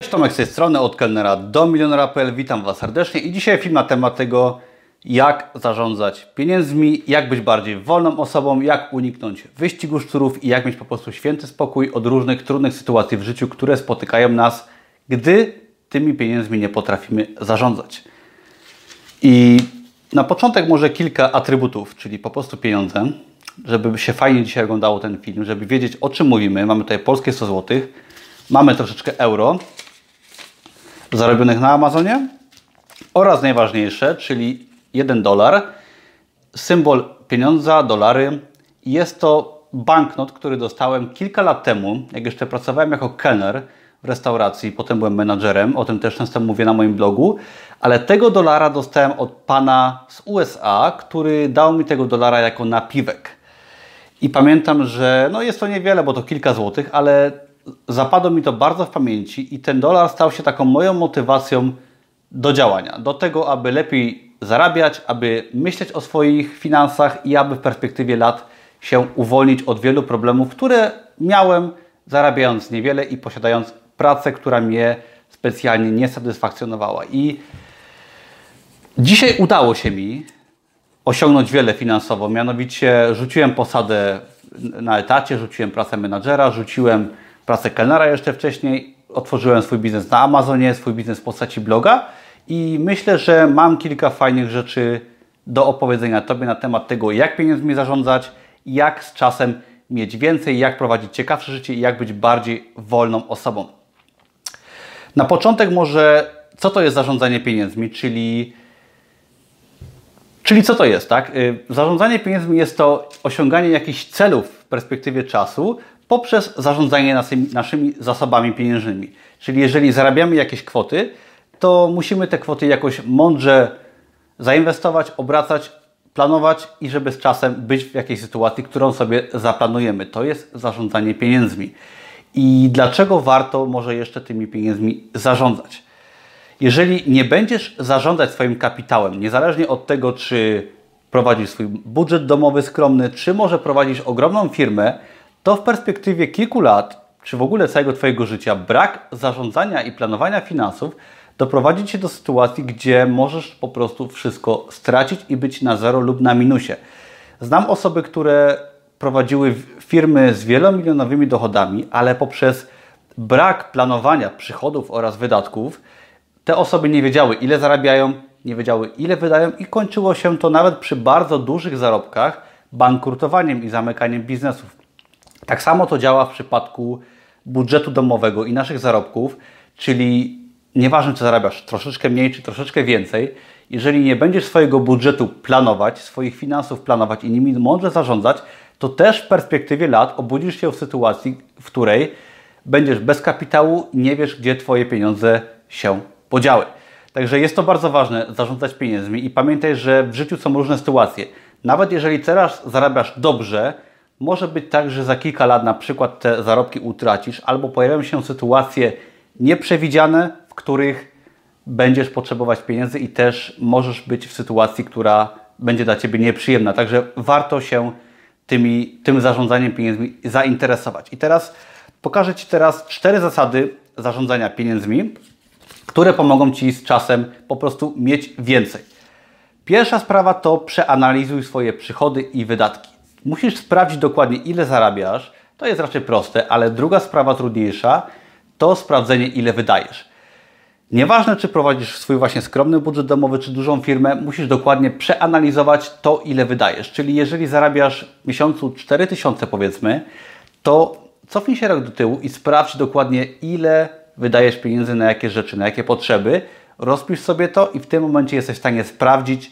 Tomek z tej strony, od kelnera do milionera.pl. Witam Was serdecznie i dzisiaj film na temat tego, jak zarządzać pieniędzmi, jak być bardziej wolną osobą, jak uniknąć wyścigu szczurów i jak mieć po prostu święty spokój od różnych trudnych sytuacji w życiu, które spotykają nas, gdy tymi pieniędzmi nie potrafimy zarządzać. I na początek może kilka atrybutów, czyli po prostu pieniądze, żeby się fajnie dzisiaj oglądało ten film, żeby wiedzieć, o czym mówimy. Mamy tutaj polskie 100 zł, mamy troszeczkę euro zarobionych na Amazonie oraz najważniejsze, czyli $1, symbol pieniądza, dolary. Jest to banknot, który dostałem kilka lat temu, jak jeszcze pracowałem jako kelner w restauracji, potem byłem menadżerem, o tym też często mówię na moim blogu, ale tego dolara dostałem od pana z USA, który dał mi tego dolara jako napiwek. I pamiętam, że no jest to niewiele, bo to kilka złotych, ale zapadło mi to bardzo w pamięci i ten dolar stał się taką moją motywacją do działania. Do tego, aby lepiej zarabiać, aby myśleć o swoich finansach i aby w perspektywie lat się uwolnić od wielu problemów, które miałem zarabiając niewiele i posiadając pracę, która mnie specjalnie nie satysfakcjonowała. I dzisiaj udało się mi osiągnąć wiele finansowo. Mianowicie rzuciłem posadę na etacie, rzuciłem pracę menadżera, rzuciłem pracę kelnera jeszcze wcześniej, otworzyłem swój biznes na Amazonie, swój biznes w postaci bloga i myślę, że mam kilka fajnych rzeczy do opowiedzenia Tobie na temat tego, jak pieniędzmi zarządzać, jak z czasem mieć więcej, jak prowadzić ciekawsze życie i jak być bardziej wolną osobą. Na początek może, co to jest zarządzanie pieniędzmi, czyli co to jest, tak? Zarządzanie pieniędzmi jest to osiąganie jakichś celów w perspektywie czasu poprzez zarządzanie naszymi zasobami pieniężnymi. Czyli jeżeli zarabiamy jakieś kwoty, to musimy te kwoty jakoś mądrze zainwestować, obracać, planować i żeby z czasem być w jakiejś sytuacji, którą sobie zaplanujemy. To jest zarządzanie pieniędzmi. I dlaczego warto może jeszcze tymi pieniędzmi zarządzać? Jeżeli nie będziesz zarządzać swoim kapitałem, niezależnie od tego, czy prowadzisz swój budżet domowy skromny, czy może prowadzisz ogromną firmę, to w perspektywie kilku lat, czy w ogóle całego Twojego życia, brak zarządzania i planowania finansów doprowadzi Cię do sytuacji, gdzie możesz po prostu wszystko stracić i być na zero lub na minusie. Znam osoby, które prowadziły firmy z wielomilionowymi dochodami, ale poprzez brak planowania przychodów oraz wydatków te osoby nie wiedziały, ile zarabiają, nie wiedziały, ile wydają i kończyło się to nawet przy bardzo dużych zarobkach bankrutowaniem i zamykaniem biznesów. Tak samo to działa w przypadku budżetu domowego i naszych zarobków, czyli nieważne, czy zarabiasz troszeczkę mniej, czy troszeczkę więcej, jeżeli nie będziesz swojego budżetu planować, swoich finansów planować i nimi mądrze zarządzać, to też w perspektywie lat obudzisz się w sytuacji, w której będziesz bez kapitału i nie wiesz, gdzie Twoje pieniądze się podziały. Także jest to bardzo ważne, zarządzać pieniędzmi i pamiętaj, że w życiu są różne sytuacje. Nawet jeżeli teraz zarabiasz dobrze, może być tak, że za kilka lat na przykład te zarobki utracisz albo pojawią się sytuacje nieprzewidziane, w których będziesz potrzebować pieniędzy i też możesz być w sytuacji, która będzie dla Ciebie nieprzyjemna. Także warto się tym zarządzaniem pieniędzmi zainteresować. I teraz pokażę Ci 4 zasady zarządzania pieniędzmi, które pomogą Ci z czasem po prostu mieć więcej. Pierwsza sprawa to przeanalizuj swoje przychody i wydatki. Musisz sprawdzić dokładnie, ile zarabiasz. To jest raczej proste, ale druga sprawa trudniejsza to sprawdzenie, ile wydajesz. Nieważne, czy prowadzisz swój właśnie skromny budżet domowy, czy dużą firmę, musisz dokładnie przeanalizować to, ile wydajesz. Czyli jeżeli zarabiasz w miesiącu 4000 powiedzmy, to cofnij się rok do tyłu i sprawdź dokładnie, ile wydajesz pieniędzy na jakie rzeczy, na jakie potrzeby. Rozpisz sobie to i w tym momencie jesteś w stanie sprawdzić,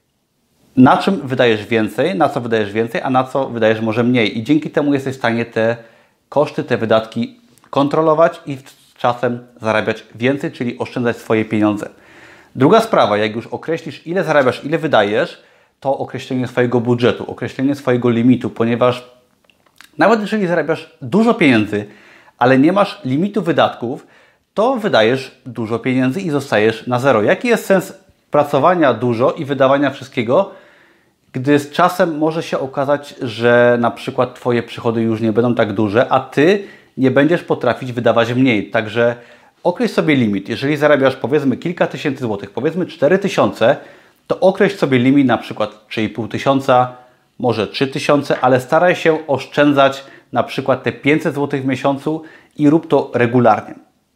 na czym wydajesz więcej, na co wydajesz więcej, a na co wydajesz może mniej. I dzięki temu jesteś w stanie te koszty, te wydatki kontrolować i z czasem zarabiać więcej, czyli oszczędzać swoje pieniądze. Druga sprawa, jak już określisz, ile zarabiasz, ile wydajesz, to określenie swojego budżetu, określenie swojego limitu, ponieważ nawet jeżeli zarabiasz dużo pieniędzy, ale nie masz limitu wydatków, to wydajesz dużo pieniędzy i zostajesz na zero. Jaki jest sens pracowania dużo i wydawania wszystkiego, gdy z czasem może się okazać, że na przykład Twoje przychody już nie będą tak duże, a Ty nie będziesz potrafić wydawać mniej. Także określ sobie limit. Jeżeli zarabiasz powiedzmy kilka tysięcy złotych, powiedzmy 4000, to określ sobie limit na przykład 3500, może 3000, ale staraj się oszczędzać na przykład te 500 zł w miesiącu i rób to regularnie.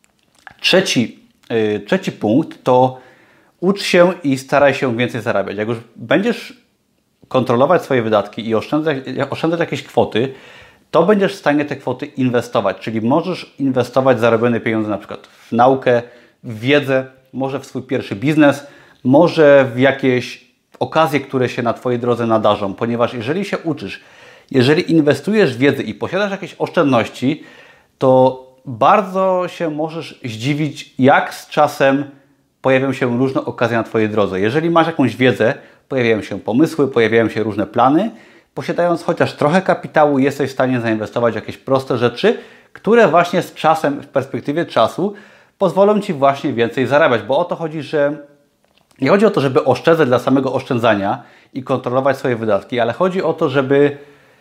Trzeci punkt to ucz się i staraj się więcej zarabiać. Jak już będziesz kontrolować swoje wydatki i oszczędzać jakieś kwoty, to będziesz w stanie te kwoty inwestować. Czyli możesz inwestować zarobione pieniądze na przykład w naukę, w wiedzę, może w swój pierwszy biznes, może w jakieś okazje, które się na Twojej drodze nadarzą. Ponieważ jeżeli się uczysz, jeżeli inwestujesz w wiedzę i posiadasz jakieś oszczędności, to bardzo się możesz zdziwić, jak z czasem pojawią się różne okazje na Twojej drodze. Jeżeli masz jakąś wiedzę, pojawiają się pomysły, pojawiają się różne plany. Posiadając chociaż trochę kapitału, jesteś w stanie zainwestować w jakieś proste rzeczy, które właśnie z czasem, w perspektywie czasu pozwolą Ci właśnie więcej zarabiać. Bo o to chodzi, że nie chodzi o to, żeby oszczędzać dla samego oszczędzania i kontrolować swoje wydatki, ale chodzi o to, żeby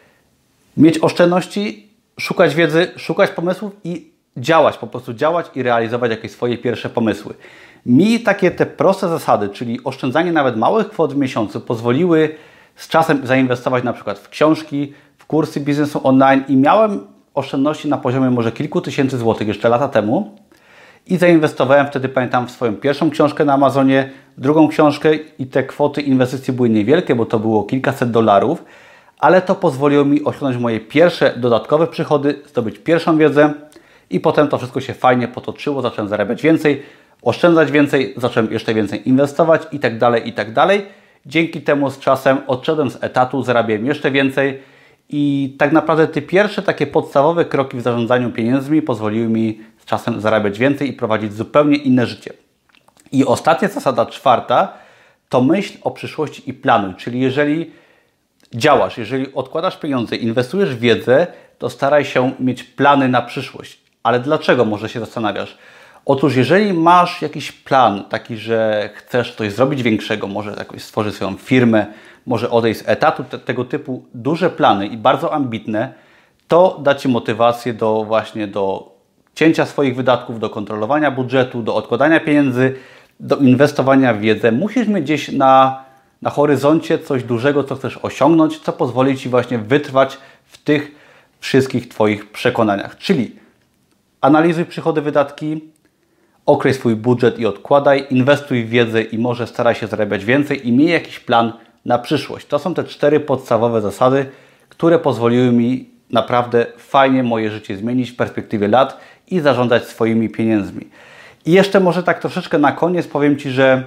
mieć oszczędności, szukać wiedzy, szukać pomysłów i działać, po prostu działać i realizować jakieś swoje pierwsze pomysły. Mi takie te proste zasady, czyli oszczędzanie nawet małych kwot w miesiącu, pozwoliły z czasem zainwestować na przykład w książki, w kursy biznesu online i miałem oszczędności na poziomie może kilku tysięcy złotych jeszcze lata temu i zainwestowałem wtedy, pamiętam, w swoją pierwszą książkę na Amazonie, drugą książkę i te kwoty inwestycji były niewielkie, bo to było kilkaset dolarów, ale to pozwoliło mi osiągnąć moje pierwsze dodatkowe przychody, zdobyć pierwszą wiedzę i potem to wszystko się fajnie potoczyło, zacząłem zarabiać więcej, oszczędzać więcej, zacząłem jeszcze więcej inwestować i tak dalej, i tak dalej. Dzięki temu z czasem odszedłem z etatu, zarabiałem jeszcze więcej i tak naprawdę te pierwsze takie podstawowe kroki w zarządzaniu pieniędzmi pozwoliły mi z czasem zarabiać więcej i prowadzić zupełnie inne życie. I ostatnia zasada, czwarta, to myśl o przyszłości i planuj, czyli jeżeli działasz, jeżeli odkładasz pieniądze, inwestujesz w wiedzę, to staraj się mieć plany na przyszłość. Ale dlaczego, może się zastanawiasz? Otóż jeżeli masz jakiś plan taki, że chcesz coś zrobić większego, może jakoś stworzyć swoją firmę, może odejść z etatu, tego typu duże plany i bardzo ambitne, to da Ci motywację do cięcia swoich wydatków, do kontrolowania budżetu, do odkładania pieniędzy, do inwestowania w wiedzę. Musisz mieć gdzieś na horyzoncie coś dużego, co chcesz osiągnąć, co pozwoli Ci właśnie wytrwać w tych wszystkich Twoich przekonaniach. Czyli analizuj przychody, wydatki, określ swój budżet i odkładaj, inwestuj w wiedzę i może staraj się zarabiać więcej i miej jakiś plan na przyszłość. To są te 4 podstawowe zasady, które pozwoliły mi naprawdę fajnie moje życie zmienić w perspektywie lat i zarządzać swoimi pieniędzmi. I jeszcze może tak troszeczkę na koniec powiem Ci, że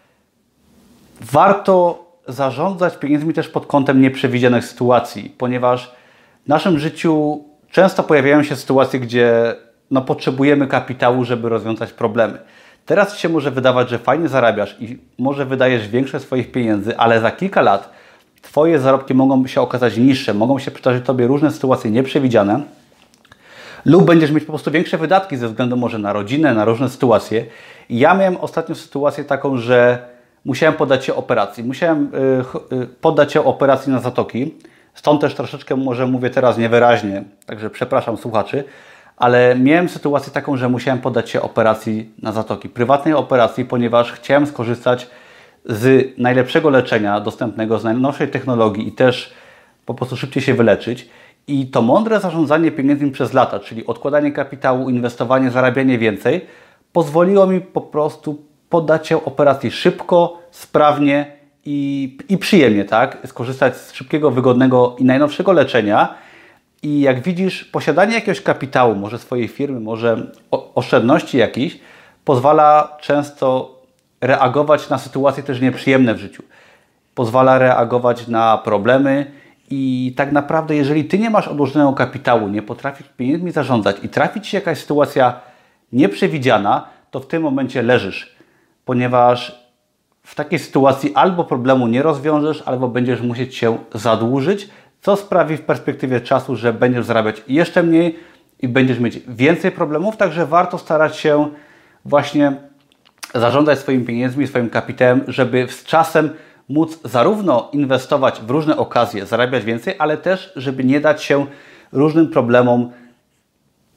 warto zarządzać pieniędzmi też pod kątem nieprzewidzianych sytuacji, ponieważ w naszym życiu często pojawiają się sytuacje, gdzie potrzebujemy kapitału, żeby rozwiązać problemy. Teraz Ci się może wydawać, że fajnie zarabiasz i może wydajesz większość swoich pieniędzy, ale za kilka lat Twoje zarobki mogą się okazać niższe, mogą się przydarzyć Tobie różne sytuacje nieprzewidziane lub będziesz mieć po prostu większe wydatki ze względu może na rodzinę, na różne sytuacje. I ja miałem ostatnią sytuację taką, że musiałem poddać się operacji. Musiałem poddać się operacji na zatoki. Stąd też troszeczkę może mówię teraz niewyraźnie, także przepraszam słuchaczy, ale miałem sytuację taką, że musiałem poddać się operacji na zatoki. Prywatnej operacji, ponieważ chciałem skorzystać z najlepszego leczenia dostępnego, z najnowszej technologii i też po prostu szybciej się wyleczyć. I to mądre zarządzanie pieniędzmi przez lata, czyli odkładanie kapitału, inwestowanie, zarabianie więcej, pozwoliło mi po prostu poddać się operacji szybko, sprawnie i przyjemnie, tak? Skorzystać z szybkiego, wygodnego i najnowszego leczenia. I jak widzisz, posiadanie jakiegoś kapitału, może swojej firmy, może oszczędności jakiejś, pozwala często reagować na sytuacje też nieprzyjemne w życiu. Pozwala reagować na problemy i tak naprawdę, jeżeli Ty nie masz odłożonego kapitału, nie potrafisz pieniędzmi zarządzać i trafi Ci się jakaś sytuacja nieprzewidziana, to w tym momencie leżysz, ponieważ w takiej sytuacji albo problemu nie rozwiążesz, albo będziesz musieć się zadłużyć, co sprawi w perspektywie czasu, że będziesz zarabiać jeszcze mniej i będziesz mieć więcej problemów, także warto starać się właśnie zarządzać swoimi pieniędzmi, swoim kapitałem, żeby z czasem móc zarówno inwestować w różne okazje, zarabiać więcej, ale też, żeby nie dać się różnym problemom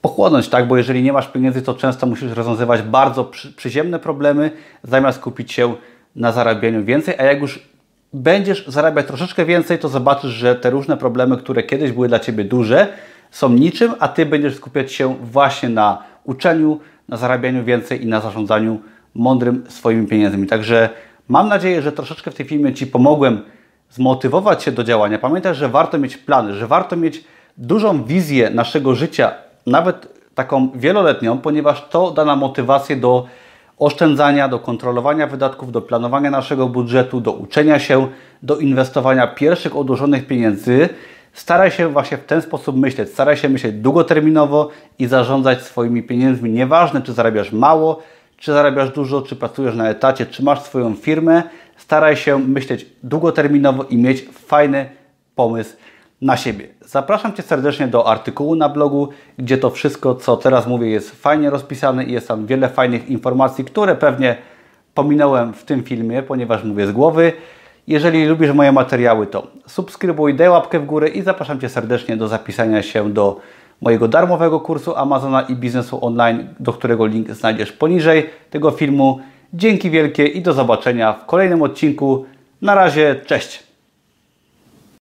pochłonąć, tak? Bo jeżeli nie masz pieniędzy, to często musisz rozwiązywać bardzo przyziemne problemy, zamiast skupić się na zarabianiu więcej, a jak już będziesz zarabiać troszeczkę więcej, to zobaczysz, że te różne problemy, które kiedyś były dla Ciebie duże, są niczym, a Ty będziesz skupiać się właśnie na uczeniu, na zarabianiu więcej i na zarządzaniu mądrym swoimi pieniędzmi. Także mam nadzieję, że troszeczkę w tym filmie Ci pomogłem zmotywować się do działania. Pamiętaj, że warto mieć plany, że warto mieć dużą wizję naszego życia, nawet taką wieloletnią, ponieważ to da nam motywację do oszczędzania, do kontrolowania wydatków, do planowania naszego budżetu, do uczenia się, do inwestowania pierwszych odłożonych pieniędzy. Staraj się właśnie w ten sposób myśleć. Staraj się myśleć długoterminowo i zarządzać swoimi pieniędzmi. Nieważne, czy zarabiasz mało, czy zarabiasz dużo, czy pracujesz na etacie, czy masz swoją firmę. Staraj się myśleć długoterminowo i mieć fajny pomysł na siebie. Zapraszam Cię serdecznie do artykułu na blogu, gdzie to wszystko, co teraz mówię, jest fajnie rozpisane i jest tam wiele fajnych informacji, które pewnie pominąłem w tym filmie, ponieważ mówię z głowy. Jeżeli lubisz moje materiały, to subskrybuj, daj łapkę w górę i zapraszam Cię serdecznie do zapisania się do mojego darmowego kursu Amazona i biznesu online, do którego link znajdziesz poniżej tego filmu. Dzięki wielkie i do zobaczenia w kolejnym odcinku. Na razie, cześć!